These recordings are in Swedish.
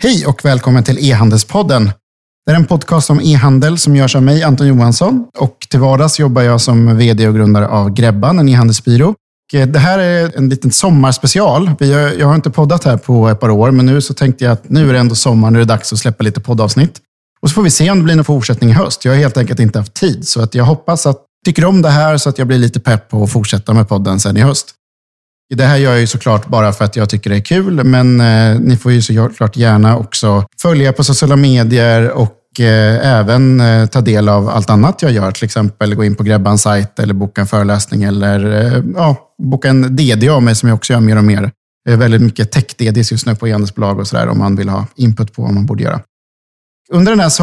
Hej och välkommen till E-handelspodden. Det är en podcast om e-handel som görs av mig, Anton Johansson. Och till vardags jobbar jag som vd och grundare av Grebban, en e-handelsbyrå. Det här är en liten sommarspecial. Jag har inte poddat här på ett par år, men nu så tänkte jag att nu är det ändå sommar, nu är det dags att släppa lite poddavsnitt. Och så får vi se om det blir någon fortsättning i höst. Jag har helt enkelt inte haft tid, så att jag hoppas att jag tycker om det här så att jag blir lite pepp på att fortsätta med podden sen i höst. Det här gör jag ju såklart bara för att jag tycker det är kul, men ni får ju såklart gärna också följa på sociala medier och även ta del av allt annat jag gör. Till exempel gå in på Grebbans sajt eller boka en föreläsning eller boka en DD av mig som jag också gör mer och mer. Det är väldigt mycket tech-DDs just nu på e-handelsbolag och sådär om man vill ha input på vad man borde göra. Under den här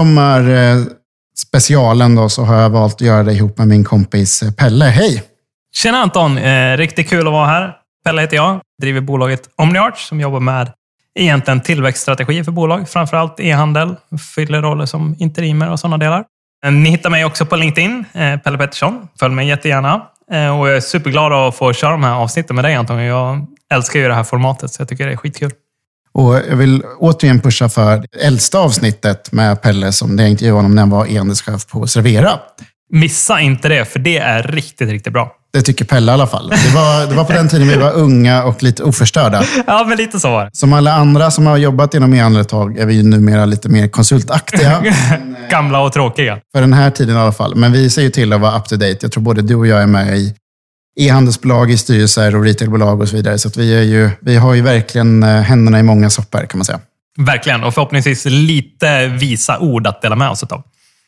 sommarspecialen då så har jag valt att göra det ihop med min kompis Pelle. Hej! Tjena Anton, riktigt kul att vara här. Pelle heter jag, driver bolaget OmniArch som jobbar med egentligen tillväxtstrategi för bolag, framförallt e-handel, fyller roller som interimer och sådana delar. Ni hittar mig också på LinkedIn, Pelle Pettersson. Följ mig jättegärna. Och jag är superglad att få köra de här avsnitten med dig Anton. Jag älskar ju det här formatet så jag tycker det är skitkul. Och jag vill återigen pusha för det äldsta avsnittet med Pelle som det jag intervjuade honom när han var e-handelschef på Servera. Missa inte det, för det är riktigt, riktigt bra. Det tycker Pelle i alla fall. Det var på den tiden vi var unga och lite oförstörda. Ja, men lite så var det. Som alla andra som har jobbat inom e-handel ett tag är vi numera lite mer konsultaktiga. Gamla och tråkiga. För den här tiden i alla fall. Men vi ser ju till att vara up to date. Jag tror både du och jag är med i e-handelsbolag, i styrelser och retailbolag och så vidare. Så att vi har ju verkligen händerna i många soppor kan man säga. Verkligen, och förhoppningsvis lite visa ord att dela med oss av.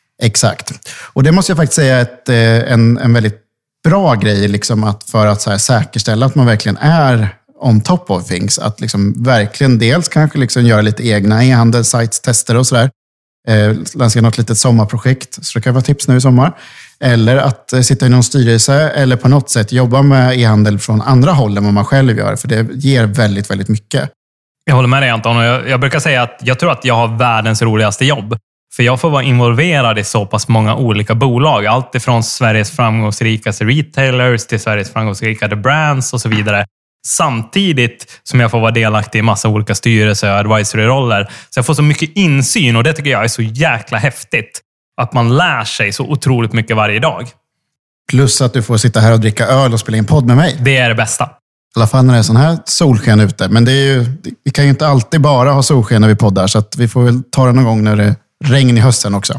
Exakt. Och det måste jag faktiskt säga är en väldigt bra grej liksom för att så här säkerställa att man verkligen är on top of things. Att liksom verkligen dels kanske liksom göra lite egna e-handelssajtstester och sådär. Lansera något litet sommarprojekt, så det kan vara tips nu i sommar. Eller att sitta i någon styrelse eller på något sätt jobba med e-handel från andra håll än vad man själv gör. För det ger väldigt, väldigt mycket. Jag håller med dig Anton och jag brukar säga att jag tror att jag har världens roligaste jobb. För jag får vara involverad i så pass många olika bolag. Allt ifrån Sveriges framgångsrikaste retailers till Sveriges framgångsrikaste brands och så vidare. Samtidigt som jag får vara delaktig i massa olika styrelser och advisory-roller. Så jag får så mycket insyn och det tycker jag är så jäkla häftigt. Att man lär sig så otroligt mycket varje dag. Plus att du får sitta här och dricka öl och spela in podd med mig. Det är det bästa. I alla fall när det är sån här solsken ute. Men vi kan ju inte alltid bara ha solsken när vi poddar. Så att vi får väl ta det någon gång när det regn i hösten också.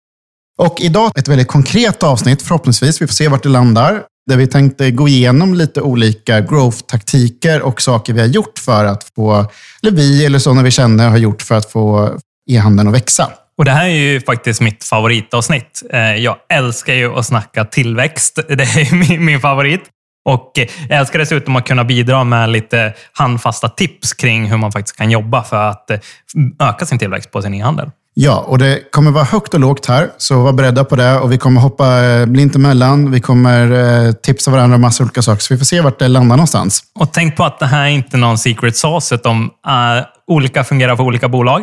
Och idag ett väldigt konkret avsnitt förhoppningsvis. Vi får se vart det landar. Där vi tänkte gå igenom lite olika growth-taktiker och saker vi har gjort för att få, eller sådana vi känner har gjort för att få e-handeln att växa. Och det här är ju faktiskt mitt favoritavsnitt. Jag älskar ju att snacka tillväxt. Det är min favorit. Och jag älskar dessutom att kunna bidra med lite handfasta tips kring hur man faktiskt kan jobba för att öka sin tillväxt på sin e-handel. Ja, och det kommer vara högt och lågt här, så var beredda på det. Och vi kommer hoppa blint emellan. Vi kommer tipsa varandra om massa olika saker, så vi får se vart det landar någonstans. Och tänk på att det här är inte någon secret sauce, utan olika fungerar för olika bolag.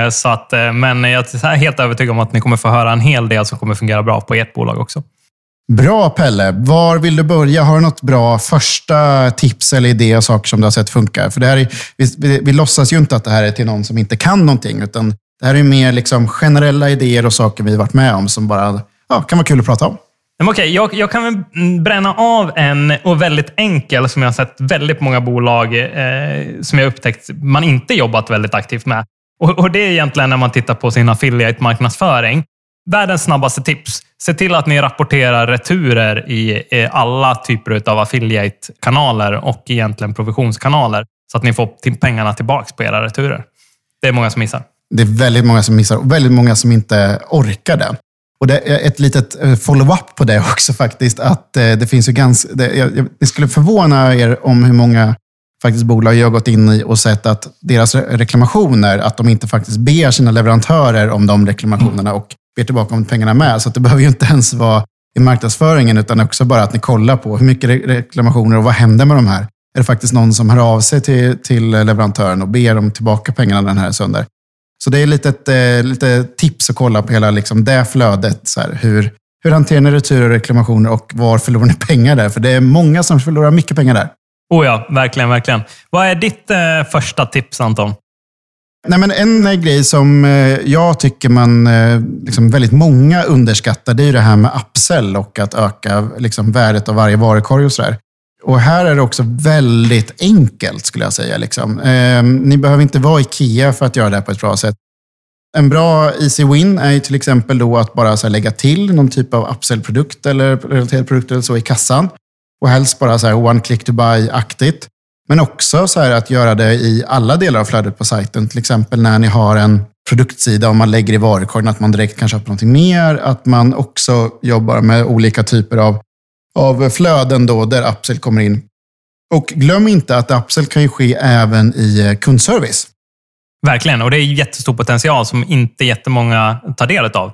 Men jag är helt övertygad om att ni kommer få höra en hel del som kommer fungera bra på ert bolag också. Bra Pelle, var vill du börja? Har du något bra första tips eller idé och saker som du har sett funkar? För det här vi låtsas ju inte att det här är till någon som inte kan någonting, utan det här är mer liksom generella idéer och saker vi har varit med om som bara kan vara kul att prata om. Okej, jag kan väl bränna av en och väldigt enkel som jag har sett väldigt många bolag som jag upptäckt man inte jobbat väldigt aktivt med. Och det är egentligen när man tittar på sin affiliate-marknadsföring. Världens snabbaste tips. Se till att ni rapporterar returer i alla typer av affiliate-kanaler och egentligen provisionskanaler så att ni får pengarna tillbaka på era returer. Det är många som missar. Det är väldigt många som missar och väldigt många som inte orkar det. Och det är ett litet follow-up på det också faktiskt. Att det finns ju det skulle förvåna er om hur många faktiskt bolag jag har gått in i och sett att deras reklamationer, att de inte faktiskt ber sina leverantörer om de reklamationerna och ber tillbaka om pengarna med. Så att det behöver ju inte ens vara i marknadsföringen utan också bara att ni kollar på hur mycket reklamationer och vad händer med de här. Är det faktiskt någon som hör av sig till leverantören och ber om tillbaka pengarna den här sönder? Så det är lite tips att kolla på hela liksom det flödet. Så här, hur hanterar ni returer och reklamationer och var förlorar ni pengar där? För det är många som förlorar mycket pengar där. Oh ja, verkligen, verkligen. Vad är ditt första tips, Anton? Nej, men en grej som jag tycker man liksom väldigt många underskattar, det är ju det här med upsell och att öka liksom värdet av varje varukorg och sådär. Och här är det också väldigt enkelt skulle jag säga. Liksom. Ni behöver inte vara IKEA för att göra det här på ett bra sätt. En bra easy win är ju till exempel då att bara så här lägga till någon typ av upsell-produkt eller relaterad produkt eller så i kassan. Och helst bara så här one click to buy-aktigt. Men också så här att göra det i alla delar av flödet på sajten. Till exempel när ni har en produktsida och man lägger i varukorgen att man direkt kan köpa någonting mer. Att man också jobbar med olika typer av flöden då där upsell kommer in. Och glöm inte att upsell kan ju ske även i kundservice. Verkligen, och det är jättestor potential som inte jättemånga tar del av.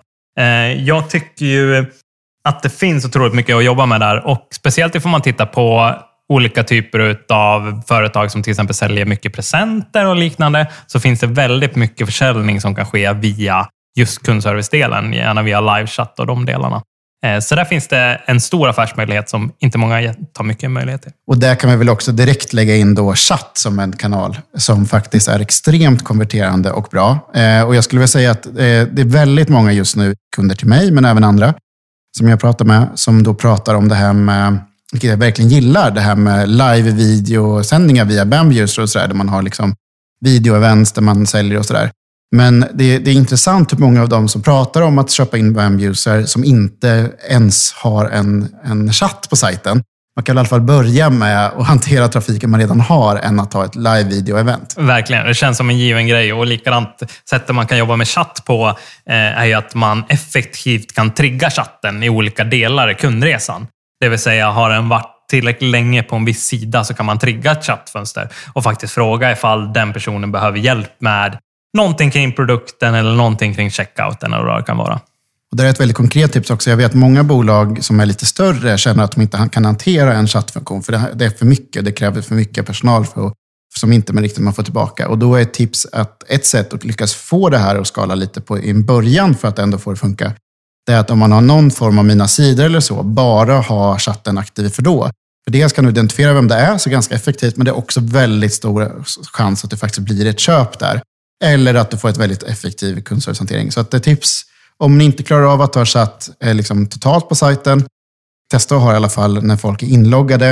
Jag tycker ju att det finns otroligt mycket att jobba med där, och speciellt ifall man tittar på olika typer av företag som till exempel säljer mycket presenter och liknande, så finns det väldigt mycket försäljning som kan ske via just kundservice-delen, gärna via livechatt och de delarna. Så där finns det en stor affärsmöjlighet som inte många tar mycket möjlighet till. Och där kan vi väl också direkt lägga in då chatt som en kanal som faktiskt är extremt konverterande och bra. Och jag skulle vilja säga att det är väldigt många just nu, kunder till mig men även andra som jag pratar med, som då pratar om det här med, vilket jag verkligen gillar, det här med live-videosändningar via Bambuser och sådär, där man har liksom video-events där man säljer och sådär. Men det är intressant hur många av dem som pratar om att köpa in Bambuser som inte ens har en chatt på sajten. Man kan i alla fall börja med att hantera trafiken man redan har än att ha ett live-video-event. Verkligen, det känns som en given grej. Och likadant sättet man kan jobba med chatt på är ju att man effektivt kan trigga chatten i olika delar i kundresan. Det vill säga, har den varit tillräckligt länge på en viss sida så kan man trigga ett chattfönster och faktiskt fråga ifall den personen behöver hjälp med någonting kring produkten eller någonting kring checkouten eller vad det kan vara. Och det är ett väldigt konkret tips också. Jag vet att många bolag som är lite större känner att de inte kan hantera en chattfunktion. För det är för mycket. Det kräver för mycket personal som inte man riktigt får tillbaka. Och då är ett tips att ett sätt att lyckas få det här att skala lite på i början för att ändå få det funka. Det är att om man har någon form av mina sidor eller så, bara ha chatten aktiv för då. För dels kan du identifiera vem det är, så ganska effektivt. Men det är också väldigt stor chans att det faktiskt blir ett köp där. Eller att du får ett väldigt effektiv kundservicehantering. Så att det är tips, om ni inte klarar av att ha chatt liksom totalt på sajten, testa att ha i alla fall när folk är inloggade.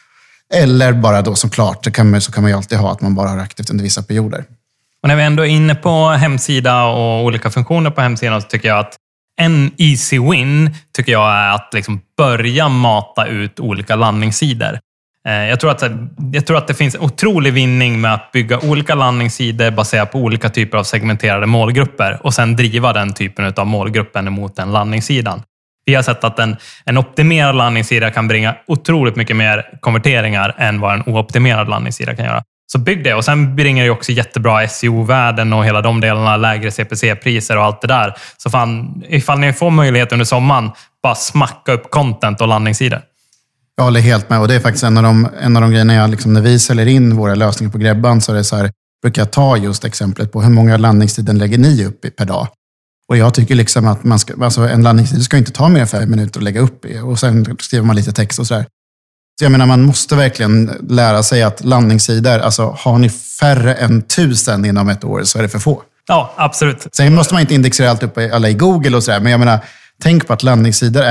Eller bara då såklart, så kan man ju alltid ha att man bara har aktivt under vissa perioder. Och när vi ändå är inne på hemsida och olika funktioner på hemsidan, så tycker jag att en easy win tycker jag är att liksom börja mata ut olika landningssidor. Jag tror att det finns otrolig vinning med att bygga olika landningssidor baserat på olika typer av segmenterade målgrupper och sen driva den typen av målgruppen mot den landningssidan. Vi har sett att en optimerad landningssida kan bringa otroligt mycket mer konverteringar än vad en ooptimerad landningssida kan göra. Så bygg det, och sen bringar det också jättebra SEO-värden och hela de delarna, lägre CPC-priser och allt det där. Så ifall ni får möjlighet under sommaren, bara smacka upp content och landningssidor. Jag håller helt med, och det är faktiskt en av de grejerna jag, liksom, när vi säljer in våra lösningar på Grebban, så är det så här, brukar jag ta just exemplet på hur många landningstiden lägger ni upp per dag. Och jag tycker liksom att en landningssida ska inte ta mer än 5 minuter att lägga upp i, och sen skriver man lite text och sådär. Så jag menar, man måste verkligen lära sig att landningssidor, alltså har ni färre än 1000 inom ett år så är det för få. Ja, absolut. Sen måste man inte indexera allt upp alla i Google och sådär, men jag menar, tänk på att landningssidor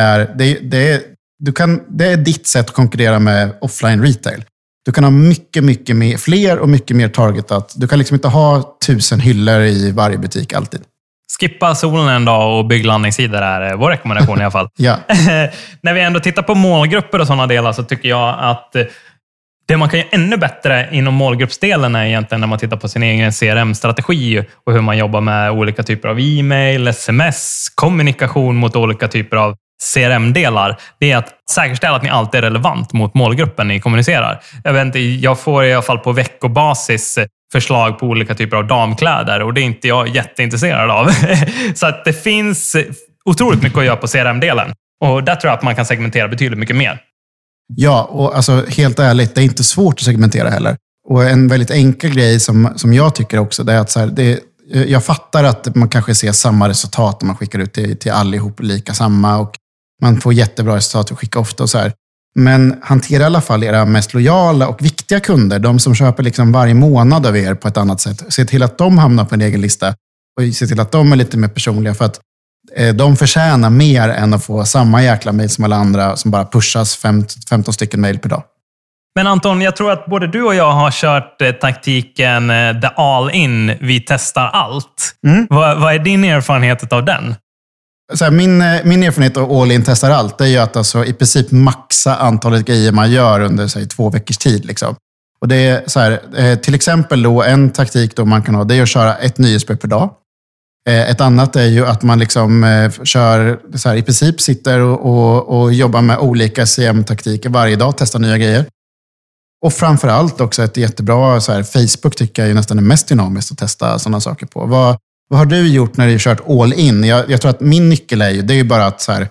det är ditt sätt att konkurrera med offline retail. Du kan ha mycket mer, fler och mycket mer targetat. Du kan liksom inte ha 1000 hyllor i varje butik alltid. Skippa solen en dag och bygg landningssidor är vår rekommendation i alla fall. Ja. När vi ändå tittar på målgrupper och sådana delar, så tycker jag att det man kan göra ännu bättre inom målgruppsdelen är egentligen när man tittar på sin egen CRM-strategi och hur man jobbar med olika typer av e-mail, sms, kommunikation mot olika typer av CRM-delar. Det är att säkerställa att ni alltid är relevant mot målgruppen ni kommunicerar. Jag får i alla fall på veckobasis förslag på olika typer av damkläder, och det är inte jag jätteintresserad av. Så att det finns otroligt mycket att göra på CRM-delen, och där tror jag att man kan segmentera betydligt mycket mer. Ja, och alltså helt ärligt, det är inte svårt att segmentera heller. Och en väldigt enkel grej som jag tycker också, det är att så här, jag fattar att man kanske ser samma resultat när man skickar ut till allihop lika samma, och man får jättebra resultat att skicka ofta och så här. Men hantera i alla fall era mest lojala och viktiga kunder, de som köper liksom varje månad av er på ett annat sätt. Se till att de hamnar på en egen lista och se till att de är lite mer personliga, för att de förtjänar mer än att få samma jäkla mejl som alla andra som bara pushas 15 stycken mejl per dag. Men Anton, jag tror att både du och jag har kört taktiken the all in, vi testar allt. Vad är din erfarenhet av den? Så här, min erfarenhet av all in testar allt, det är ju att alltså, i princip maxa antalet grejer man gör under 2 veckors tid. Liksom. Och det är så här, till exempel då, en taktik då man kan ha, det är att köra ett nyhetsbrev per dag. Ett annat är ju att man liksom kör, så här, i princip sitter och jobbar med olika CM-taktiker varje dag, testar nya grejer. Och framförallt också ett jättebra, så här, Facebook tycker jag är nästan det mest dynamiskt att testa sådana saker på. Vad har du gjort när du har kört all in? Jag tror att min nyckel är ju bara att så här,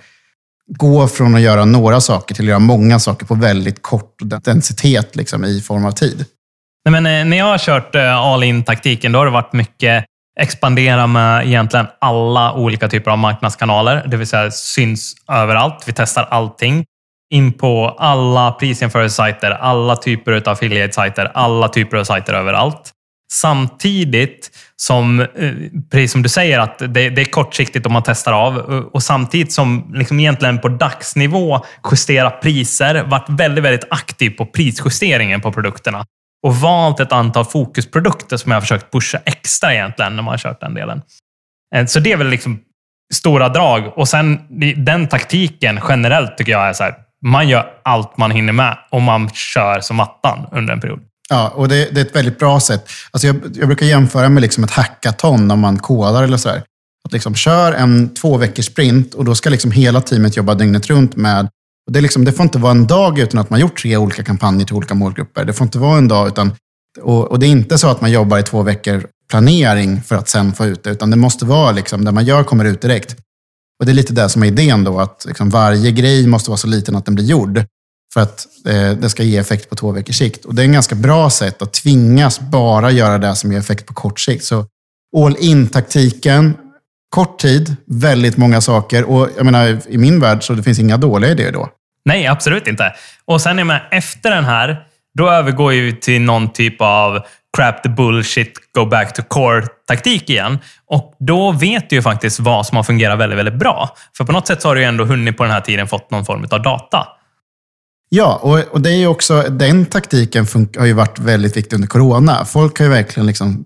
gå från att göra några saker till att göra många saker på väldigt kort densitet liksom, i form av tid. Nej, men när jag har kört all in-taktiken, då har det varit mycket expandera med egentligen alla olika typer av marknadskanaler. Det vill säga syns överallt. Vi testar allting. In på alla prisjämförelsesajter, alla typer av affiliate-sajter, alla typer av sajter överallt. Samtidigt som, precis som du säger, att det är kortsiktigt om man testar av. Och samtidigt som liksom egentligen på dagsnivå justera priser, varit väldigt, väldigt aktiv på prisjusteringen på produkterna. Och valt ett antal fokusprodukter som jag har försökt pusha extra egentligen när man har kört den delen. Så det är väl liksom stora drag. Och sen den taktiken generellt tycker jag är så här, man gör allt man hinner med och man kör som attan under en period. Ja, och det är ett väldigt bra sätt. Alltså jag brukar jämföra med liksom ett hackathon om man kodar eller sådär. Att liksom kör en 2 veckors sprint och då ska liksom hela teamet jobba dygnet runt med. Och det får inte vara en dag utan att man gjort 3 olika kampanjer till olika målgrupper. Det får inte vara en dag utan, och det är inte så att man jobbar i 2 veckor planering för att sen få ut det, utan det måste vara liksom där man gör kommer ut direkt. Och det är lite det som är idén då, att liksom varje grej måste vara så liten att den blir gjord för att det ska ge effekt på 2 veckors sikt. Och det är en ganska bra sätt att tvingas bara göra det som ger effekt på kort sikt. Så all in-taktiken, kort tid, väldigt många saker. Och jag menar, i min värld så det finns inga dåliga idéer då. Nej, absolut inte. Och sen är man efter den här, då övergår ju till någon typ av crap the bullshit, go back to core-taktik igen. Och då vet du ju faktiskt vad som har fungerat väldigt, väldigt bra. För på något sätt så har du ju ändå hunnit på den här tiden fått någon form av data. Ja, och det är ju också, den taktiken har ju varit väldigt viktig under corona. Folk har ju verkligen liksom,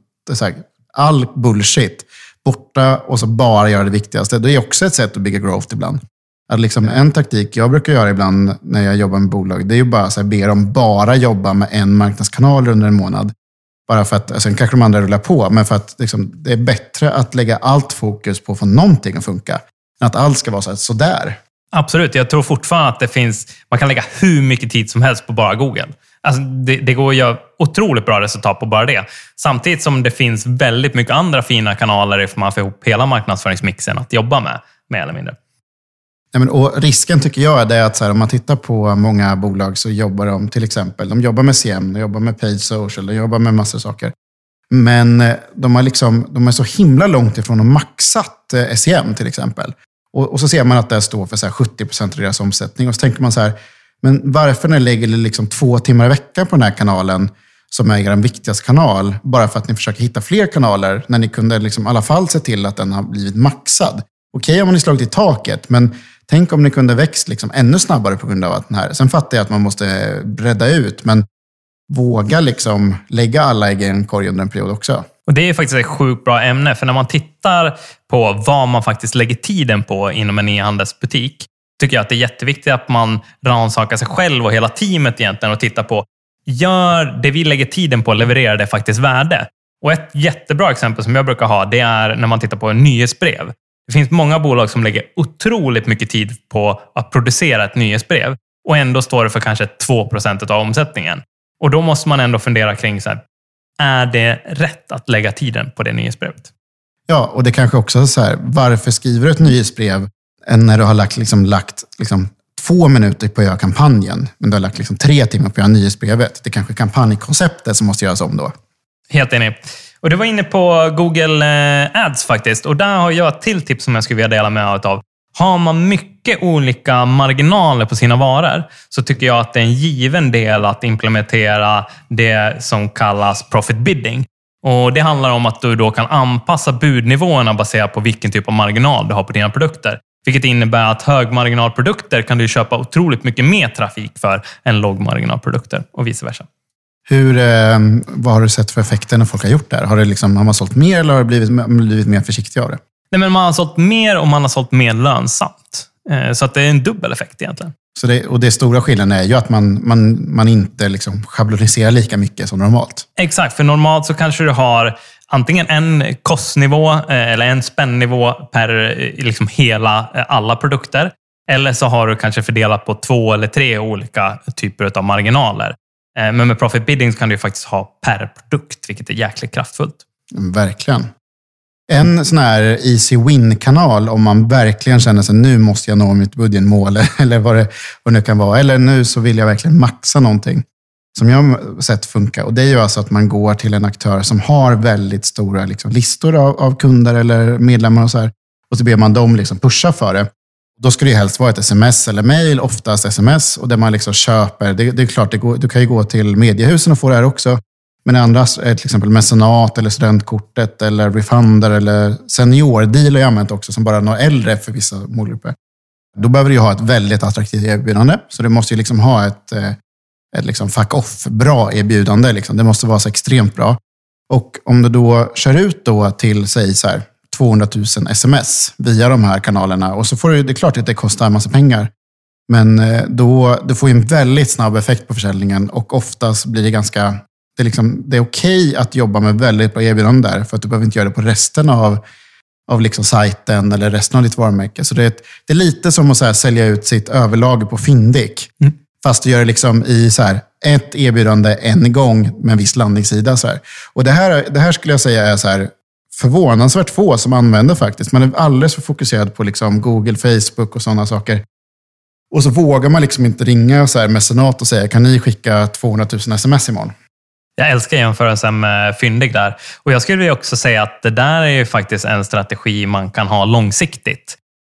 all bullshit borta och så bara göra det viktigaste. Det är också ett sätt att bygga growth ibland. Att liksom en taktik jag brukar göra ibland när jag jobbar med bolag, det är ju bara så här, be dem bara jobba med en marknadskanal under en månad. Bara för att, sen kanske de andra rullar på, men för att liksom, det är bättre att lägga allt fokus på att få någonting att funka, än att allt ska vara så där. Absolut, jag tror fortfarande att man kan lägga hur mycket tid som helst på bara Google. Alltså, det går att göra otroligt bra resultat på bara det. Samtidigt som det finns väldigt mycket andra fina kanaler ifall man får ihop hela marknadsföringsmixen att jobba med, mer eller mindre. Ja, men, och risken tycker jag är att så här, om man tittar på många bolag så jobbar de till exempel, de jobbar med CM, de jobbar med paid social, de jobbar med massor av saker. Men de är så himla långt ifrån att maxat SEM till exempel. Och så ser man att det står för så här 70% av deras omsättning. Och så tänker man så här, men varför när ni lägger liksom 2 timmar i veckan på den här kanalen som är er viktigaste kanal, bara för att ni försöker hitta fler kanaler när ni kunde liksom i alla fall se till att den har blivit maxad. Okej, om man har slagit i taket, men tänk om ni kunde växt liksom ännu snabbare på grund av att den här. Sen fattar jag att man måste bredda ut, men våga liksom lägga alla ägg i en korg under en period också. Och det är faktiskt ett sjukt bra ämne, för när man tittar på vad man faktiskt lägger tiden på inom en e-handelsbutik, tycker jag att det är jätteviktigt att man rannsakar sig själv och hela teamet egentligen och tittar på, gör det vi lägger tiden på, levererar det faktiskt värde? Och ett jättebra exempel som jag brukar ha, det är när man tittar på en nyhetsbrev. Det finns många bolag som lägger otroligt mycket tid på att producera ett nyhetsbrev och ändå står det för kanske 2% av omsättningen. Och då måste man ändå fundera kring så här, är det rätt att lägga tiden på det nyhetsbrevet? Ja, och det kanske också är så här, varför skriver du ett nyhetsbrev när du har lagt 2 minuter på att göra kampanjen, men du har lagt 3 timmar på att göra nyhetsbrevet? Det är kanske kampanjkonceptet som måste göras om då. Helt enig. Och du var inne på Google Ads faktiskt. Och där har jag ett till tips som jag skulle vilja dela med av. Har man mycket olika marginaler på sina varor så tycker jag att det är en given del att implementera det som kallas profit bidding. Och det handlar om att du då kan anpassa budnivåerna baserat på vilken typ av marginal du har på dina produkter. Vilket innebär att högmarginalprodukter kan du köpa otroligt mycket mer trafik för än lågmarginalprodukter och vice versa. Vad har du sett för effekter när folk har gjort det här? Har man sålt mer eller har det blivit mer försiktiga av det? Nej, men man har sålt mer och man har sålt mer lönsamt. Så att det är en dubbel effekt egentligen. Och det stora skillnaden är ju att man inte liksom schabloniserar lika mycket som normalt. Exakt, för normalt så kanske du har antingen en kostnivå eller en spännivå per liksom alla produkter. Eller så har du kanske fördelat på 2 eller 3 olika typer av marginaler. Men med profit bidding kan du faktiskt ha per produkt, vilket är jäkligt kraftfullt. Verkligen. En sån här easy win-kanal om man verkligen känner sig nu måste jag nå mitt budgetmål eller vad det nu kan vara. Eller nu så vill jag verkligen maxa någonting som jag har sett funka. Och det är ju alltså att man går till en aktör som har väldigt stora liksom, listor av kunder eller medlemmar och så här. Och så ber man dem liksom pusha för det. Då ska det helst vara ett sms eller mail, oftast sms. Och där man liksom köper, det är klart, du kan ju gå till mediehusen och få det här också. Men andra är till exempel mecenat eller studentkortet eller refunder eller seniordeal har jag använt också som bara några äldre för vissa målgrupper. Då behöver du ju ha ett väldigt attraktivt erbjudande. Så du måste ju liksom ha ett liksom fuck off bra erbjudande. Liksom. Det måste vara så extremt bra. Och om du då kör ut då till säg så här 200 000 sms via de här kanalerna och så får du, det är klart att det kostar en massa pengar. Men då du får ju en väldigt snabb effekt på försäljningen och oftast blir det ganska det är okej att jobba med väldigt bra erbjudanden där för att du behöver inte göra det på resten av liksom sajten eller resten av ditt varumärke. Så det är lite som att så här, sälja ut sitt överlager på Fyndik. Fast du gör det liksom i så här, ett erbjudande en gång med en viss landningssida. Så här. Och det här skulle jag säga är så här, förvånansvärt få som använder faktiskt. Man är alldeles för fokuserad på liksom Google, Facebook och sådana saker. Och så vågar man liksom inte ringa så här mecenat och säga kan ni skicka 200 000 sms imorgon? Jag älskar jämförelsen med Fyndig där. Och jag skulle också säga att det där är ju faktiskt en strategi man kan ha långsiktigt.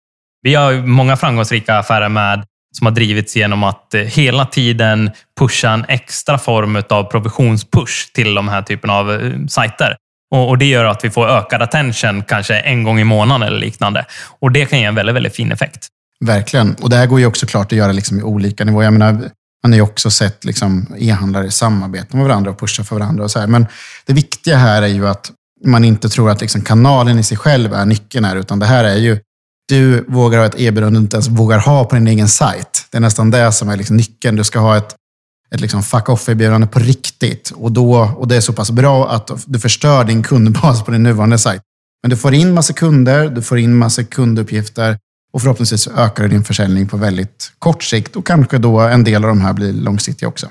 Vi har många framgångsrika affärer som har drivits genom att hela tiden pusha en extra form av provisionspush till de här typen av sajter. Och det gör att vi får ökad attention kanske en gång i månaden eller liknande. Och det kan ge en väldigt, väldigt fin effekt. Verkligen. Och det här går ju också klart att göra liksom i olika nivåer. Jag menar, man har ju också sett liksom e-handlare samarbeta med varandra och pusha för varandra och så här. Men det viktiga här är ju att man inte tror att liksom kanalen i sig själv är nyckeln här, utan det här är ju du vågar ha ett erbjudande du inte ens vågar ha på din egen sajt. Det är nästan det som är liksom nyckeln. Du ska ha ett liksom fuck off-erbjudande på riktigt. Och det är så pass bra att du förstör din kundbas på din nuvarande sajt. Men du får in massa kunder, du får in massa kunduppgifter och förhoppningsvis ökar du din försäljning på väldigt kort sikt och kanske då en del av de här blir långsiktiga också.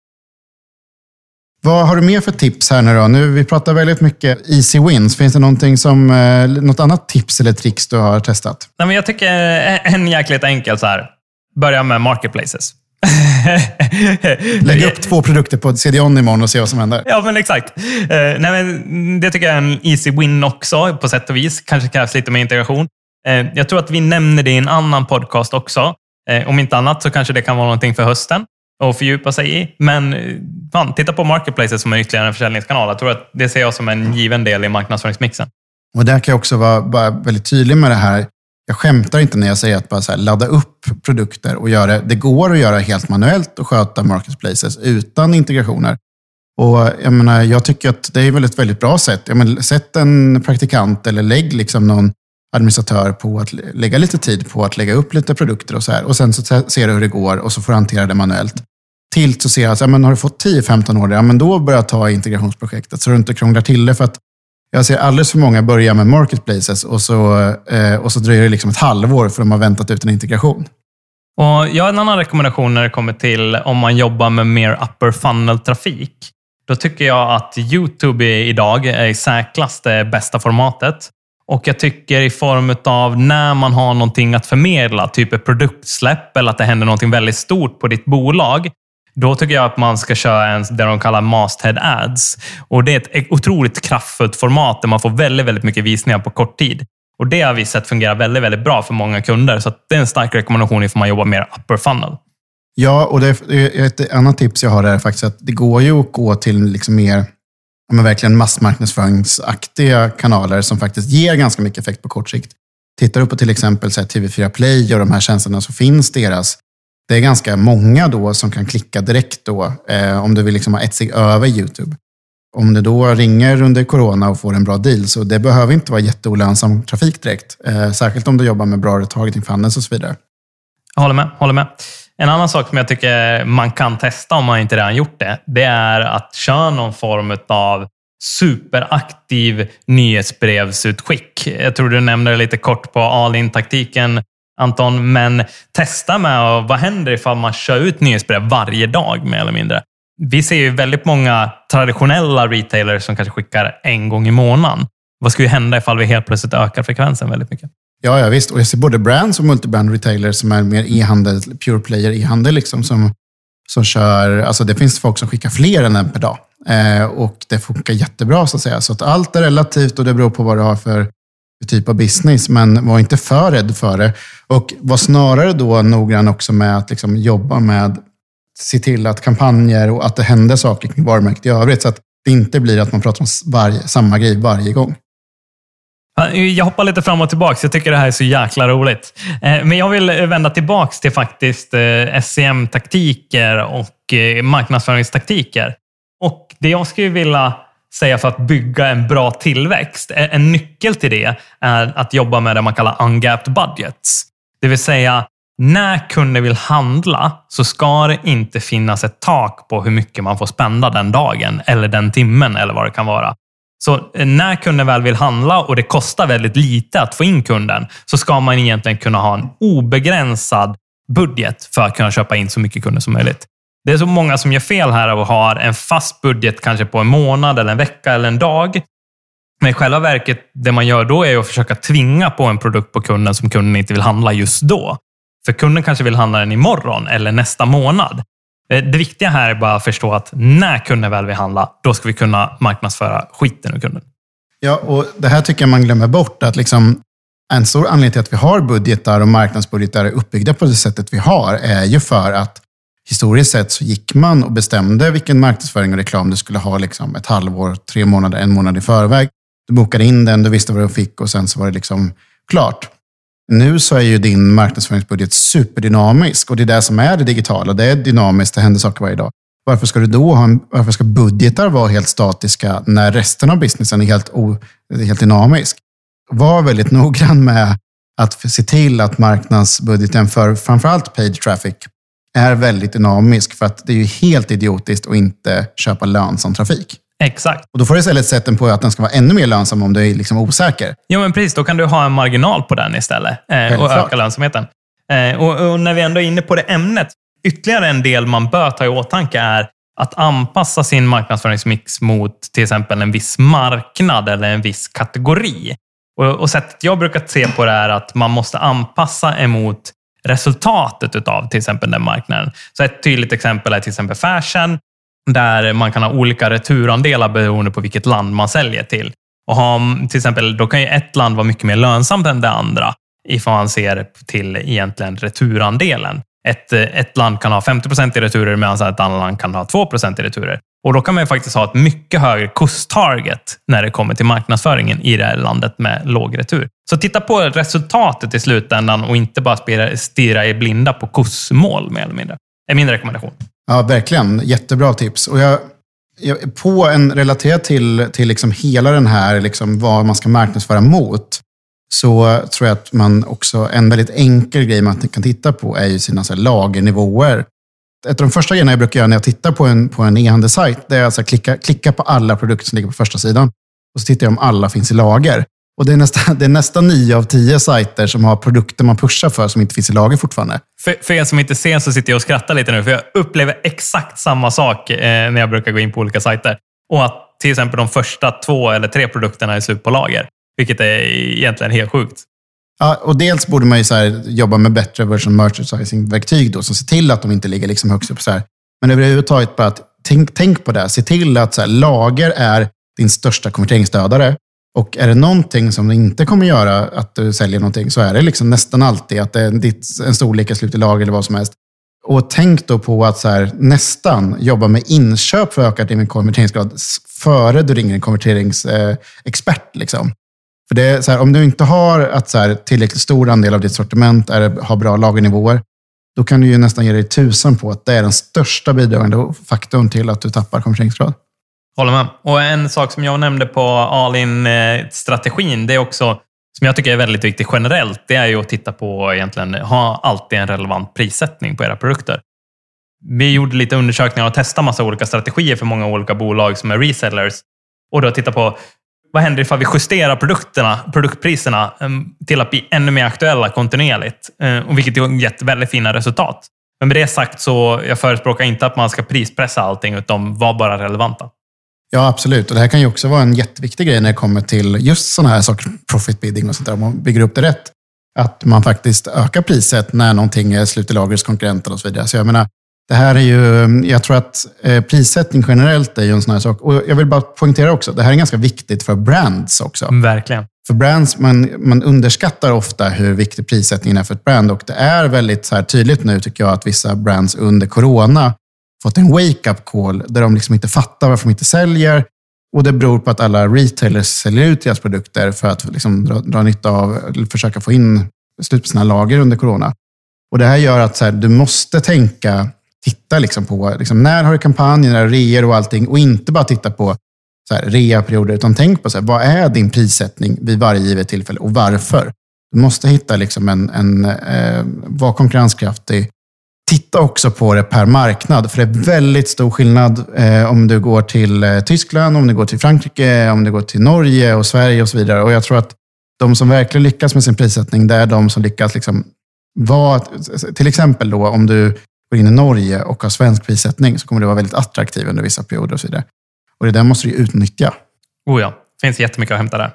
Vad har du mer för tips här nu då? Vi pratar väldigt mycket easy wins. Finns det något annat tips eller tricks du har testat? Nej, men jag tycker en jäkligt enkel så här. Börja med marketplaces. Lägg upp 2 produkter på CDON imorgon och se vad som händer. Ja, men exakt. Nej, men det tycker jag är en easy win också på sätt och vis. Kanske krävs lite mer integration. Jag tror att vi nämner det i en annan podcast också. Om inte annat så kanske det kan vara någonting för hösten och fördjupa sig i. Men titta på marketplaces som är ytterligare en försäljningskanal. Jag tror att det ser jag som en given del i marknadsföringsmixen. Och där kan jag också vara väldigt tydlig med det här. Jag skämtar inte när jag säger att bara så här, ladda upp produkter och göra det. Det går att göra helt manuellt och sköta marketplaces utan integrationer. Och jag tycker att det är väldigt, väldigt bra sätt. Sätt en praktikant eller lägg liksom någon administratör på att lägga lite tid på att lägga upp lite produkter och så här. Och sen så ser du hur det går och så får du hantera det manuellt. Tills så ser jag att har du fått 10-15 år, men då börjar jag ta integrationsprojektet så du inte krånglar till det. För att jag ser alldeles för många börja med marketplaces och så dröjer det liksom ett halvår för de har väntat ut en integration. Och jag har en annan rekommendation när det kommer till om man jobbar med mer upper funnel-trafik. Då tycker jag att YouTube idag är i särklass det bästa formatet. Och jag tycker i form av när man har någonting att förmedla, typ ett produktsläpp eller att det händer någonting väldigt stort på ditt bolag, då tycker jag att man ska köra det de kallar masthead ads. Och det är ett otroligt kraftfullt format där man får väldigt, väldigt mycket visningar på kort tid. Och det har vi sett fungera väldigt, väldigt bra för många kunder. Så det är en stark rekommendation ifall man jobbar mer upper funnel. Ja, och ett annat tips jag har är faktiskt att det går ju att gå till liksom mer, men verkligen massmarknadsföringsaktiga kanaler som faktiskt ger ganska mycket effekt på kort sikt. Tittar du på till exempel så här TV4 Play och de här tjänsterna, så finns det är ganska många då som kan klicka direkt då om du vill liksom ha ett steg över YouTube. Om du då ringer under corona och får en bra deal, så det behöver inte vara jätteolönsam trafik direkt. Särskilt om du jobbar med bra retargeting funnels och så vidare. Jag håller med. En annan sak som jag tycker man kan testa om man inte redan gjort det är att köra någon form av superaktiv nyhetsbrevsutskick. Jag tror du nämnde det lite kort på all-in-taktiken, Anton, men testa med vad händer ifall man kör ut nyhetsbrev varje dag mer eller mindre. Vi ser ju väldigt många traditionella retailers som kanske skickar en gång i månaden. Vad skulle hända ifall vi helt plötsligt ökar frekvensen väldigt mycket? Ja, visst. Och jag ser både brands och multibrand retailers som är mer e-handel, pure player e-handel liksom, som kör, alltså det finns folk som skickar fler än en per dag. Och det funkar jättebra så att säga. Så att allt är relativt och det beror på vad du har för typ av business. Men var inte för rädd för det. Och var snarare då noggrann också med att liksom jobba med, se till att kampanjer och att det händer saker kring varumärket i övrigt. Så att det inte blir att man pratar om samma grej varje gång. Jag hoppar lite fram och tillbaka. Jag tycker det här är så jäkla roligt. Men jag vill vända tillbaka till faktiskt SEM-taktiker och marknadsföringstaktiker. Och det jag skulle vilja säga för att bygga en bra tillväxt, en nyckel till det är att jobba med det man kallar ungapped budgets. Det vill säga, när kunder vill handla så ska det inte finnas ett tak på hur mycket man får spända den dagen eller den timmen eller vad det kan vara. Så när kunden väl vill handla och det kostar väldigt lite att få in kunden, så ska man egentligen kunna ha en obegränsad budget för att kunna köpa in så mycket kunder som möjligt. Det är så många som gör fel här och har en fast budget kanske på en månad eller en vecka eller en dag. Men i själva verket, det man gör då är att försöka tvinga på en produkt på kunden som kunden inte vill handla just då. För kunden kanske vill handla den imorgon eller nästa månad. Det viktiga här är bara att förstå att när kunden väl vill handla, då ska vi kunna marknadsföra skiten ur kunden. Ja, och det här tycker jag man glömmer bort. Att liksom en stor anledning till att vi har budgetar och marknadsbudgetar är uppbyggda på det sättet vi har är ju för att historiskt sett så gick man och bestämde vilken marknadsföring och reklam du skulle ha liksom ett halvår, 3 månader, 1 månad i förväg. Du bokade in den, du visste vad du fick och sen så var det liksom klart. Nu så är ju din marknadsföringsbudget superdynamisk och det är det som är det digitala. Det är dynamiskt, det händer saker varje dag. Varför ska du då varför ska budgetar vara helt statiska när resten av businessen är helt dynamisk? Var väldigt noggrann med att se till att marknadsbudgeten för framförallt paid traffic är väldigt dynamisk, för att det är ju helt idiotiskt att inte köpa lönsam trafik. Exakt. Och då får du istället sätta den på att den ska vara ännu mer lönsam om du är liksom osäker. Ja, men precis. Då kan du ha en marginal på den istället och öka lönsamheten. Och när vi ändå är inne på det ämnet, ytterligare en del man bör ta i åtanke är att anpassa sin marknadsföringsmix mot till exempel en viss marknad eller en viss kategori. Och sättet jag brukar se på det är att man måste anpassa emot resultatet utav till exempel den marknaden. Så ett tydligt exempel är till exempel fashion, där man kan ha olika returandelar beroende på vilket land man säljer till. Och till exempel, då kan ju ett land vara mycket mer lönsamt än det andra ifall man ser till egentligen returandelen. Ett land kan ha 50% i returer medan ett annat land kan ha 2% i returer. Och då kan man ju faktiskt ha ett mycket högre kosttarget när det kommer till marknadsföringen i det här landet med låg retur. Så titta på resultatet i slutändan och inte bara stirra i blinda på kostmål mer eller mindre. Det är min rekommendation. Ja, verkligen. Jättebra tips. Och relaterat till liksom hela den här liksom vad man ska marknadsföra mot, så tror jag att man också, en väldigt enkel grej man kan titta på är ju sina så här lagernivåer. Ett av de första grejerna jag brukar göra när jag tittar på en e-handelssajt, det är alltså klicka på alla produkter som ligger på första sidan och så tittar jag om alla finns i lager. Och det är nästan 9 av 10 sajter som har produkter man pushar för som inte finns i lager fortfarande. För er som inte ser så sitter jag och skrattar lite nu, för jag upplever exakt samma sak när jag brukar gå in på olika sajter. Och att till exempel de första 2 eller 3 produkterna är slut på lager, vilket är egentligen helt sjukt. Ja, och dels borde man ju så här jobba med bättre version merchandising-verktyg då, som ser till att de inte ligger liksom högst upp så här. Men överhuvudtaget bara att tänk på det. Se till att så här, lager är din största konverteringsstödare. Och är det någonting som inte kommer göra att du säljer någonting, så är det liksom nästan alltid att det är en storlek är slut i lager eller vad som helst. Och tänk då på att så här, nästan jobba med inköp för att öka din konverteringsgrad före du ringer en konverteringsexpert. Liksom. För det är så här, om du inte har att så här, tillräckligt stor andel av ditt sortiment har bra lagernivåer, då kan du ju nästan ge dig 1000 på att det är den största bidragande faktorn till att du tappar konverteringsgrad. Håller med. Och en sak som jag nämnde på all-in-strategin, det är också, som jag tycker är väldigt viktigt generellt, det är ju att titta på egentligen, ha alltid en relevant prissättning på era produkter. Vi gjorde lite undersökningar och testade massa olika strategier för många olika bolag som är resellers. Och då titta på vad händer ifall vi justerar produktpriserna till att bli ännu mer aktuella kontinuerligt. Och vilket har gett väldigt fina resultat. Men med det sagt så jag förespråkar inte att man ska prispressa allting, utan vara bara relevanta. Ja, absolut. Och det här kan ju också vara en jätteviktig grej när det kommer till just sådana här saker, profit bidding och sånt där. Om man bygger upp det rätt, att man faktiskt ökar priset när någonting är slut i lager hos konkurrenter och så vidare. Så jag menar, det här är ju, jag tror att prissättning generellt är ju en sån här sak. Och jag vill bara poängtera också, det här är ganska viktigt för brands också. Verkligen. För brands, man underskattar ofta hur viktig prissättningen är för ett brand. Och det är väldigt så här tydligt nu tycker jag att vissa brands under corona fått en wake-up call där de liksom inte fattar varför de inte säljer. Och det beror på att alla retailers säljer ut deras produkter för att liksom dra nytta av, eller försöka få in slut på sina lager under corona. Och det här gör att så här, du måste titta liksom på liksom, när har du kampanjer, när reor och allting. Och inte bara titta på så här, rea-perioder, utan tänk på så här, vad är din prissättning vid varje givet tillfälle och varför? Du måste hitta liksom vara konkurrenskraftig. Titta också på det per marknad, för det är väldigt stor skillnad om du går till Tyskland, om du går till Frankrike, om du går till Norge och Sverige och så vidare. Och jag tror att de som verkligen lyckas med sin prissättning, det är de som lyckas liksom vara, till exempel då om du går in i Norge och har svensk prissättning, så kommer du vara väldigt attraktiv under vissa perioder och så vidare. Och det där måste du utnyttja. Oh ja, det finns jättemycket att hämta där.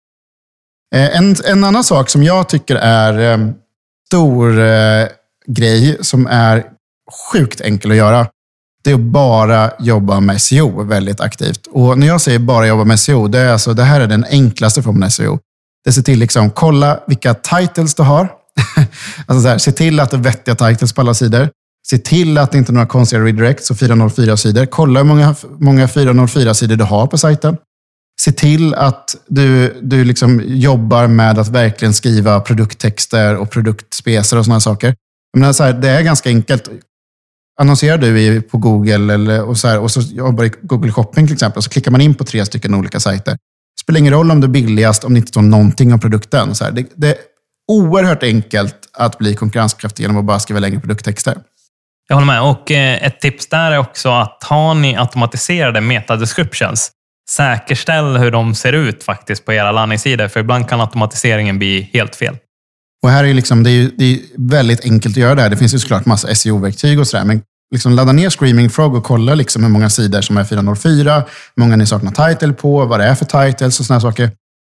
En annan sak som jag tycker är stor grej som är sjukt enkel att göra, det är att bara jobba med SEO väldigt aktivt. Och när jag säger bara jobba med SEO, det är alltså, det här är den enklaste formen av SEO. Det ser till liksom, kolla vilka titles du har. Alltså så här, se till att det är vettiga titles på alla sidor. Se till att det inte är några konstiga redirects och 404-sidor. Kolla hur många 404-sidor du har på sajten. Se till att du liksom jobbar med att verkligen skriva produkttexter och produktspecer och sådana saker. Men så här, det är ganska enkelt. Annonserar du på Google och så jobbar i Google Shopping till exempel, så klickar man in på 3 stycken olika sajter. Det spelar ingen roll om det är billigast om det inte står någonting om produkten. Så här, det är oerhört enkelt att bli konkurrenskraftig genom att bara skriva längre produkttexter. Jag håller med. Och ett tips där är också att har ni automatiserade meta-descriptions, säkerställ hur de ser ut faktiskt på era landningssidor, för ibland kan automatiseringen bli helt fel. Och här är liksom, det är väldigt enkelt att göra det här. Det finns ju såklart massa SEO-verktyg och sådär, men liksom ladda ner Screaming Frog och kolla liksom hur många sidor som är 404, hur många ni saknar title på, vad det är för titles och sådana saker.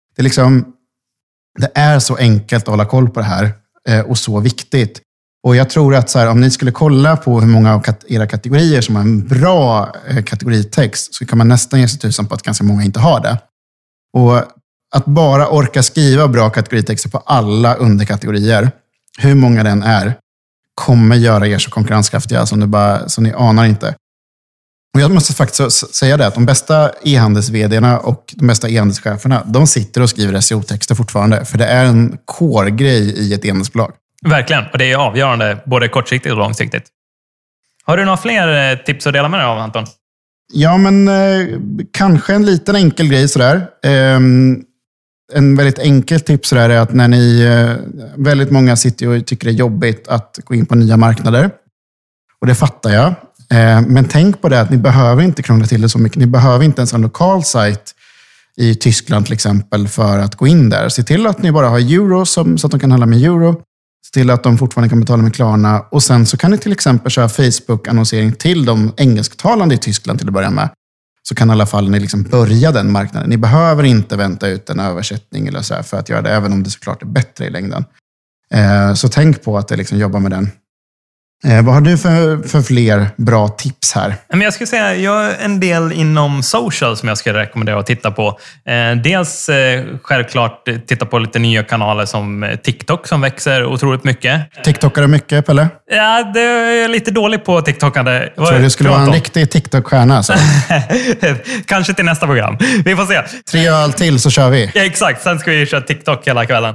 Det är så enkelt att hålla koll på det här och så viktigt. Och jag tror att så här, om ni skulle kolla på hur många av era kategorier som har en bra kategoritext, så kan man nästan ge sig tusan på att ganska många inte har det. Och att bara orka skriva bra kategoritexter på alla underkategorier, hur många den är, kommer göra er så konkurrenskraftiga som ni anar inte. Och jag måste faktiskt säga det, att de bästa e-handels-vd:arna och de bästa e-handelscheferna, de sitter och skriver SEO-texter fortfarande. För det är en core-grej i ett e-handelsbolag. Verkligen, och det är avgörande både kortsiktigt och långsiktigt. Har du några fler tips att dela med dig av, Anton? Ja, men kanske en liten enkel grej sådär. En väldigt enkel tips sådär är att när ni, väldigt många sitter och tycker det är jobbigt att gå in på nya marknader. Och det fattar jag. Men tänk på det att ni behöver inte krångla till det så mycket. Ni behöver inte ens en lokal sajt i Tyskland till exempel för att gå in där. Se till att ni bara har euro så att de kan handla med euro. Se till att de fortfarande kan betala med Klarna. Och sen så kan ni till exempel köra Facebook-annonsering till de engelsktalande i Tyskland till att börja med. Så kan i alla fall ni liksom börja den marknaden. Ni behöver inte vänta ut en översättning eller så här för att göra det, även om det såklart är bättre i längden. Så tänk på att det liksom jobbar med den. Vad har du för fler bra tips här? Men jag skulle säga, jag har en del inom social som jag skulle rekommendera att titta på. Dels självklart titta på lite nya kanaler som TikTok som växer otroligt mycket. TikTokar du mycket, Pelle? Ja, det är lite dålig på TikTokande. Tror du skulle vara en riktig TikTok-stjärna? Alltså. Kanske till nästa program. Vi får se. 3 öl till så kör vi. Ja, exakt, sen ska vi köra TikTok hela kvällen.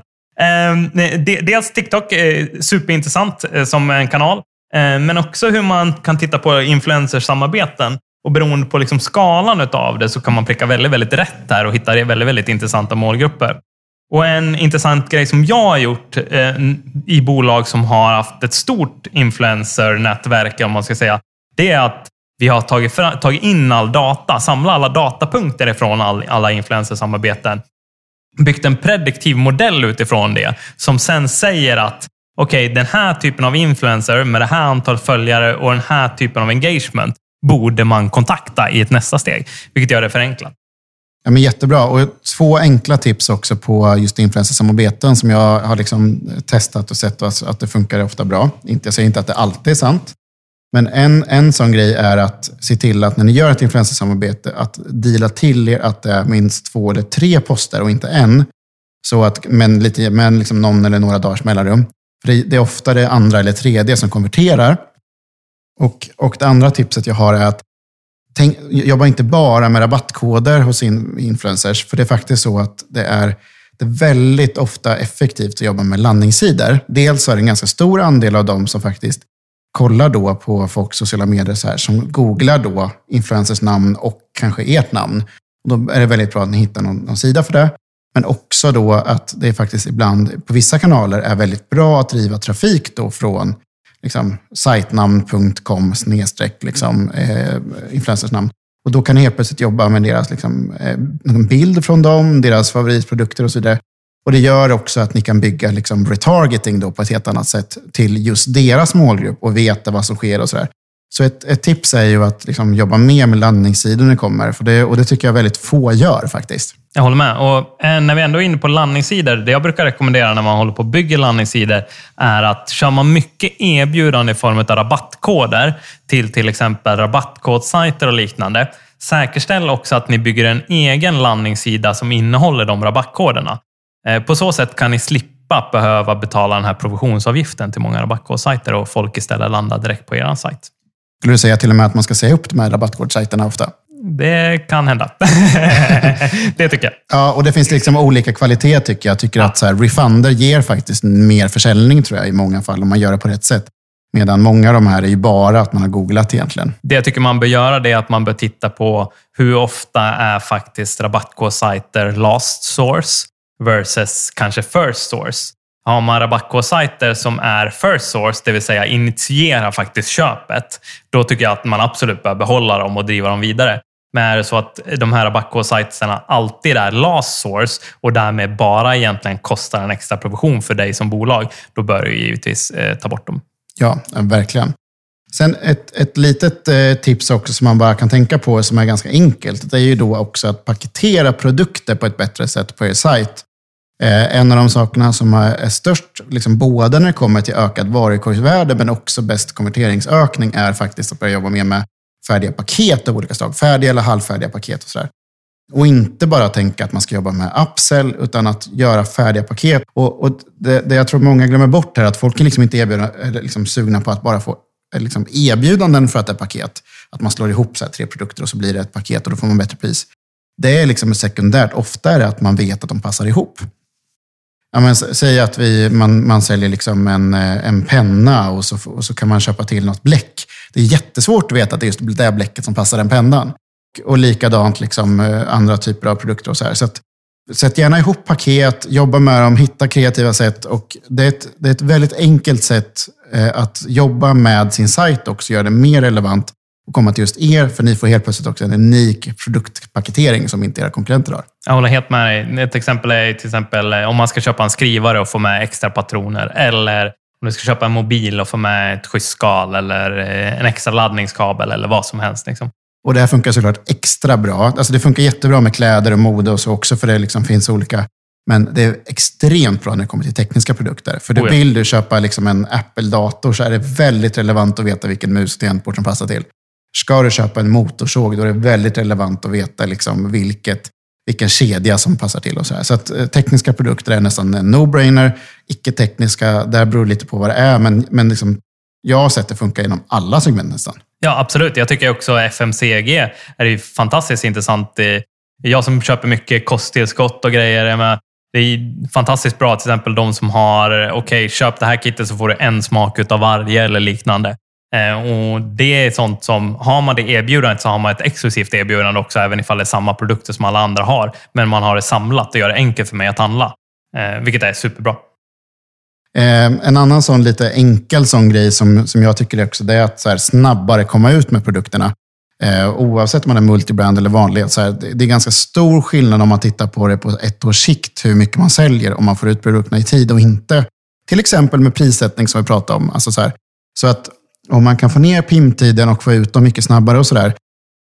Dels TikTok är superintressant som en kanal. Men också hur man kan titta på influencersamarbeten. Och beroende på liksom skalan utav det så kan man pricka väldigt, väldigt rätt där och hitta väldigt, väldigt intressanta målgrupper. Och en intressant grej som jag har gjort i bolag som har haft ett stort influencernätverk, om man ska säga, det är att vi har tagit in all data, samlat alla datapunkter ifrån alla influencersamarbeten. Byggt en prediktiv modell utifrån det som sen säger att okej, den här typen av influencer med det här antal följare och den här typen av engagement borde man kontakta i ett nästa steg, vilket gör det förenklat. Ja, men jättebra. Och 2 enkla tips också på just influencersamarbeten som jag har liksom testat och sett att det funkar ofta bra. Jag säger inte att det alltid är sant. Men en sån grej är att se till att när ni gör ett influencersamarbete att deala till er att det är minst 2 eller 3 poster och inte en. Så att, men liksom någon eller några dagars mellanrum. För det är ofta det andra eller tredje som konverterar. Och det andra tipset jag har är att jobba inte bara med rabattkoder hos influencers. För det är faktiskt så att det är väldigt ofta effektivt att jobba med landningssidor. Dels är det en ganska stor andel av dem som faktiskt kollar då på folks sociala medier så här, som googlar då influencers namn och kanske ert namn. Och då är det väldigt bra att ni hittar någon sida för det. Men också då att det faktiskt ibland på vissa kanaler är väldigt bra att driva trafik då från liksom, sitenamn.com liksom, influencersnamn. Och då kan ni helt plötsligt jobba med deras liksom, bild från dem, deras favoritprodukter och så vidare. Och det gör också att ni kan bygga liksom, retargeting då på ett helt annat sätt till just deras målgrupp och veta vad som sker och sådär. Så ett tips är ju att liksom, jobba mer med landningssidor när det kommer. Och det tycker jag väldigt få gör faktiskt. Jag håller med. Och när vi ändå är inne på landningssidor, det jag brukar rekommendera när man håller på att bygga landningssidor är att kör man mycket erbjudande i form av rabattkoder till exempel rabattkodsajter och liknande. Säkerställ också att ni bygger en egen landningssida som innehåller de rabattkoderna. På så sätt kan ni slippa behöva betala den här provisionsavgiften till många rabattkodsajter och folk istället landar direkt på er sajt. Skulle du säga till och med att man ska säga upp de här rabattkodsajterna ofta? Det kan hända. Det tycker jag. Ja, och det finns liksom olika kvalitet tycker jag. Jag tycker att så här, refunder ger faktiskt mer försäljning tror jag i många fall om man gör det på rätt sätt. Medan många av de här är ju bara att man har googlat egentligen. Det jag tycker man bör göra det är att man bör titta på hur ofta är faktiskt rabattkodsajter last source versus kanske first source. Har man rabattkodsajter som är first source, det vill säga initiera faktiskt köpet, då tycker jag att man absolut bör behålla dem och driva dem vidare. Men är det så att de här rabattkodsajterna alltid är last source och därmed bara egentligen kostar en extra provision för dig som bolag, då bör du givetvis ta bort dem. Ja, verkligen. Sen ett litet tips också som man bara kan tänka på som är ganska enkelt, det är ju då också att paketera produkter på ett bättre sätt på er sajt. En av de sakerna som är störst, liksom både när det kommer till ökad varukorgsvärde men också bäst konverteringsökning är faktiskt att börja jobba mer med färdiga paket av olika slag. Färdiga eller halvfärdiga paket och sådär. Och inte bara tänka att man ska jobba med upsell utan att göra färdiga paket. Och det jag tror många glömmer bort är att folk kan liksom inte erbjuda, eller liksom sugna på att bara få liksom erbjudanden för att det är paket. Att man slår ihop så här 3 produkter och så blir det ett paket och då får man bättre pris. Det är liksom sekundärt. Ofta är det att man vet att de passar ihop. Ja, men säg att man säljer liksom en penna och så kan man köpa till något bläck. Det är jättesvårt att veta att det är just det bläcket som passar den pennan. Och likadant liksom andra typer av produkter och så här. Så att, sätt gärna ihop paket, jobba med dem, hitta kreativa sätt. Och det är ett väldigt enkelt sätt att jobba med sin sajt också. Göra det mer relevant och komma till just er. För ni får helt plötsligt också en unik produktpaketering som inte era konkurrenter har. Jag håller helt med dig. Ett exempel är om man ska köpa en skrivare och få med extra patroner. Eller om du ska köpa en mobil och få med ett skyddsskal eller en extra laddningskabel eller vad som helst. Liksom. Och det här funkar såklart extra bra. Alltså det funkar jättebra med kläder och mode och så också för det liksom finns olika Men det är extremt bra när det kommer till tekniska produkter. För vill du köpa liksom en Apple-dator så är det väldigt relevant att veta vilken mus och tangentbord som passar till. Ska du köpa en motorsåg, då är det väldigt relevant att veta liksom vilken kedja som passar till. Och så här. Så att tekniska produkter är nästan en no-brainer. Icke-tekniska, där beror lite på vad det är. Men liksom, jag har sett det funka inom alla segment nästan. Ja, absolut. Jag tycker också FMCG är ju fantastiskt intressant. Jag som köper mycket kosttillskott och grejer. Det är fantastiskt bra, till exempel de som har köp det här kittet så får du en smak utav varje eller liknande. Och det är sånt som, har man det erbjudandet så har man ett exklusivt erbjudande också, även ifall det är samma produkter som alla andra har. Men man har det samlat och gör det enkelt för mig att handla. Vilket är superbra. En annan sån lite enkel sån grej som jag tycker också, det är att så här, snabbare komma ut med produkterna. Oavsett om man är multibrand eller vanlig. Så här, det är ganska stor skillnad om man tittar på det på ett års sikt, hur mycket man säljer, om man får ut produkterna i tid och inte. Till exempel med prissättning som vi pratade om. Alltså så att om man kan få ner PIM-tiden och få ut dem mycket snabbare och sådär.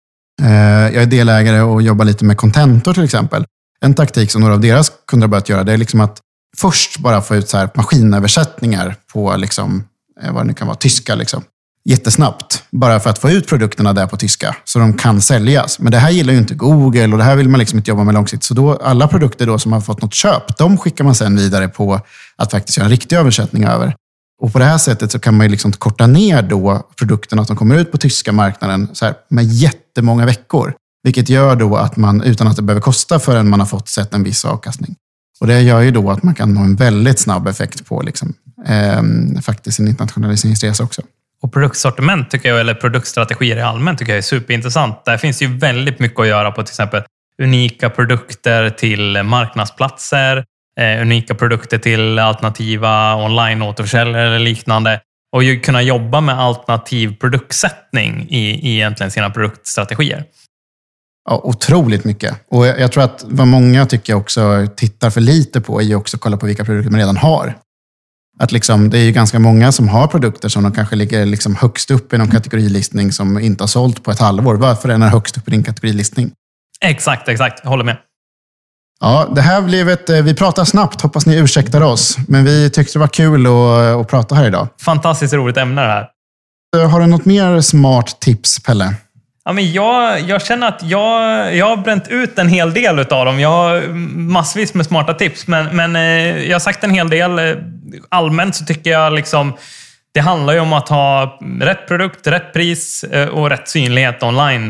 Jag är delägare och jobbar lite med Contentor till exempel. En taktik som några av deras kunder har börjat göra, det är liksom att först bara få ut så här maskinöversättningar på liksom, vad det nu kan vara, tyska liksom. Jättesnabbt. Bara för att få ut produkterna där på tyska. Så de kan säljas. Men det här gillar ju inte Google och det här vill man liksom inte jobba med långsiktigt. Så då, alla produkter då som har fått något köp, de skickar man sen vidare på att faktiskt göra en riktig översättning över. Och på det här sättet så kan man ju liksom korta ner då produkterna som kommer ut på tyska marknaden så här, med jättemånga veckor. Vilket gör då att man, utan att det behöver kosta förrän man har fått sett en viss avkastning. Och det gör ju då att man kan ha en väldigt snabb effekt på liksom, faktiskt en internationaliseringsresa också. Och produktsortiment tycker jag, eller produktstrategier i allmän tycker jag är superintressant. Där finns ju väldigt mycket att göra på till exempel unika produkter till marknadsplatser, unika produkter till alternativa online-återförsäljare eller liknande. Och ju kunna jobba med alternativ produktsättning i egentligen sina produktstrategier. Ja, otroligt mycket. Och jag tror att vad många tycker jag också tittar för lite på är ju också att kolla på vilka produkter man redan har. Att liksom, det är ju ganska många som har produkter som de kanske ligger liksom högst upp i någon kategorilistning som inte har sålt på ett halvår. Varför är den högst upp i din kategorilistning? Exakt. Jag håller med. Ja, det här blev vi pratar snabbt. Hoppas ni ursäktar oss. Men vi tyckte det var kul att prata här idag. Fantastiskt roligt ämne det här. Har du något mer smart tips, Pelle? Ja, men jag känner att jag har bränt ut en hel del utav dem. Jag har massvis med smarta tips. Men jag har sagt en hel del. Allmänt så tycker jag liksom, det handlar ju om att ha rätt produkt, rätt pris och rätt synlighet online.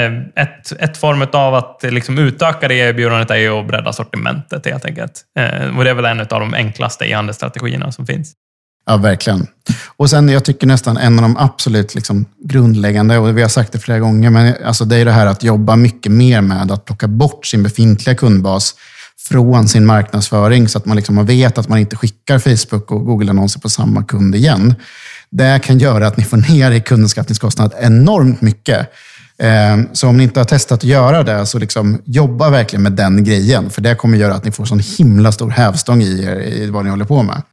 Ett form av att liksom utöka det erbjudandet är ju att bredda sortimentet helt enkelt. Och det är väl en av de enklaste e-handelsstrategierna som finns. Ja, verkligen. Och sen jag tycker nästan en av de absolut liksom grundläggande, och vi har sagt det flera gånger, men alltså det är det här att jobba mycket mer med att plocka bort sin befintliga kundbas från sin marknadsföring så att man liksom vet att man inte skickar Facebook och Google-annonser på samma kund igen. Det kan göra att ni får ner i kundanskaffningskostnad enormt mycket. Så om ni inte har testat att göra det så liksom jobba verkligen med den grejen, för det kommer göra att ni får sån himla stor hävstång i vad ni håller på med.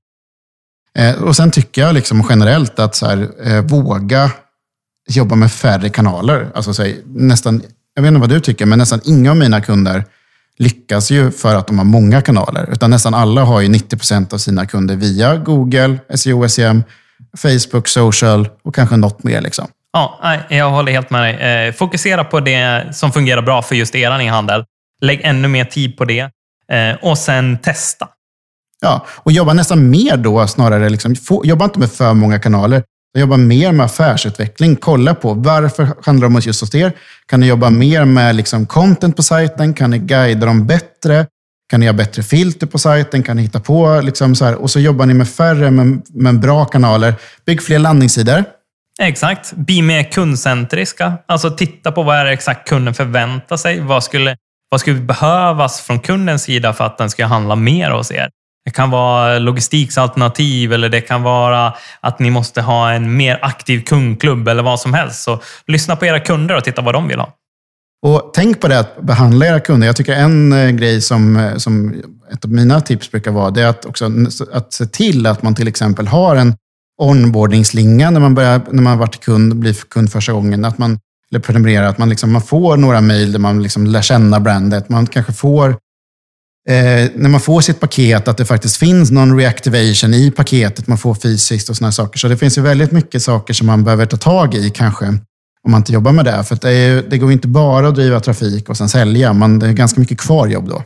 Och sen tycker jag liksom generellt att så här, våga jobba med färre kanaler. Alltså nästan, jag vet inte vad du tycker, men nästan inga av mina kunder lyckas ju för att de har många kanaler. Utan nästan alla har ju 90% av sina kunder via Google, SEO, SEM, Facebook, social och kanske något mer liksom. Ja, jag håller helt med dig. Fokusera på det som fungerar bra för just er e-handel. Lägg ännu mer tid på det. Och sen testa. Ja, och jobba nästan mer då snarare. Liksom, jobba inte med för många kanaler. Jobba mer med affärsutveckling. Kolla på varför handlar det om just hos er. Kan ni jobba mer med liksom, content på sajten? Kan ni guida dem bättre? Kan ni ha bättre filter på sajten? Kan ni hitta på liksom, så här. Och så jobbar ni med färre men bra kanaler. Bygg fler landningssidor. Exakt. Bli mer kundcentriska. Alltså titta på vad är det exakt kunden förväntar sig. Vad skulle behövas från kundens sida för att den ska handla mer hos er? Det kan vara logistiksalternativ eller det kan vara att ni måste ha en mer aktiv kundklubb eller vad som helst. Så lyssna på era kunder och titta vad de vill ha. Och tänk på det att behandla era kunder. Jag tycker en grej som ett av mina tips brukar vara, det är att också att se till att man till exempel har en onboardingslinga när man har varit kund, blir kund första gången, att man eller prenumererar, att man får några mejl där man liksom lär känna brandet. Man kanske får när man får sitt paket att det faktiskt finns någon reactivation i paketet man får fysiskt och såna saker. Så det finns ju väldigt mycket saker som man behöver ta tag i kanske om man inte jobbar med det. För att det går inte bara att driva trafik och sen sälja. Det är ganska mycket kvarjobb då.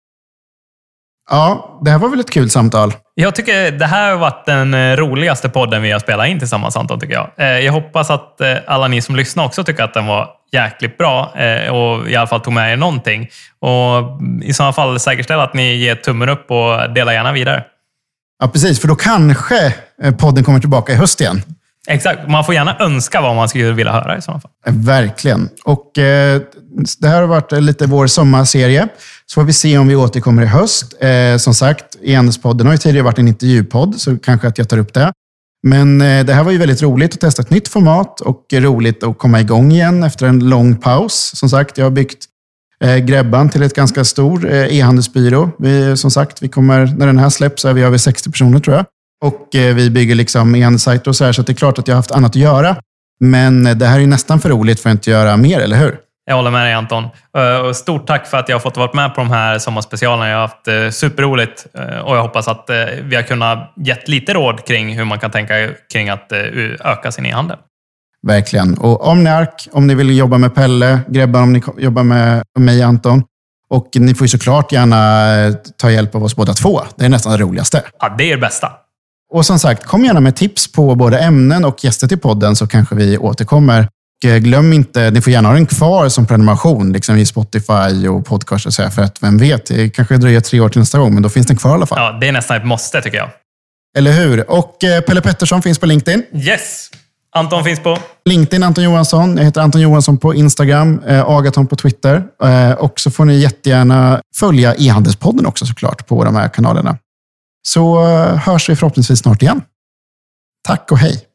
Ja, det här var väl ett kul samtal. Jag tycker det här har varit den roligaste podden vi har spelat in tillsammans, Anton, tycker jag. Jag hoppas att alla ni som lyssnar också tycker att den var jäkligt bra och i alla fall tog med er någonting. Och i så fall säkerställa att ni ger tummen upp och delar gärna vidare. Ja, precis. För då kanske podden kommer tillbaka i höst igen. Exakt. Man får gärna önska vad man skulle vilja höra i så fall. Verkligen. Och det här har varit lite vår sommarserie. Så får vi se om vi återkommer i höst. Som sagt, E-handelspodden har ju tidigare varit en intervjupodd, så kanske att jag tar upp det. Men det här var ju väldigt roligt att testa ett nytt format och roligt att komma igång igen efter en lång paus. Som sagt, jag har byggt Grebban till ett ganska stor e-handelsbyrå. Som sagt, vi kommer, när den här släpps så är vi över 60 personer tror jag. Och vi bygger liksom e-handelssajter och så här, så det är klart att jag har haft annat att göra. Men det här är nästan för roligt för att inte göra mer, eller hur? Jag håller med dig, Anton. Och stort tack för att jag har fått vara med på de här sommarspecialerna. Jag har haft superroligt och jag hoppas att vi har kunnat gett lite råd kring hur man kan tänka kring att öka sin e-handel. Verkligen. Och om ni vill jobba med Pelle, Grebban, om ni jobbar med mig, Anton. Och ni får ju såklart gärna ta hjälp av oss båda två. Det är nästan det roligaste. Ja, det är det bästa. Och som sagt, kom gärna med tips på både ämnen och gäster till podden så kanske vi återkommer. Glöm inte, ni får gärna ha den kvar som prenumeration liksom i Spotify och podcast och så här, för att vem vet, det kanske dröjer 3 år till nästa gång, men då finns den kvar i alla fall. Ja, det är nästan ett måste tycker jag. Eller hur? Och Pelle Pettersson finns på LinkedIn. Yes! Anton finns på LinkedIn, Anton Johansson. Jag heter Anton Johansson på Instagram, Agaton på Twitter. Och så får ni jättegärna följa e-handelspodden också såklart på de här kanalerna. Så hörs vi förhoppningsvis snart igen. Tack och hej!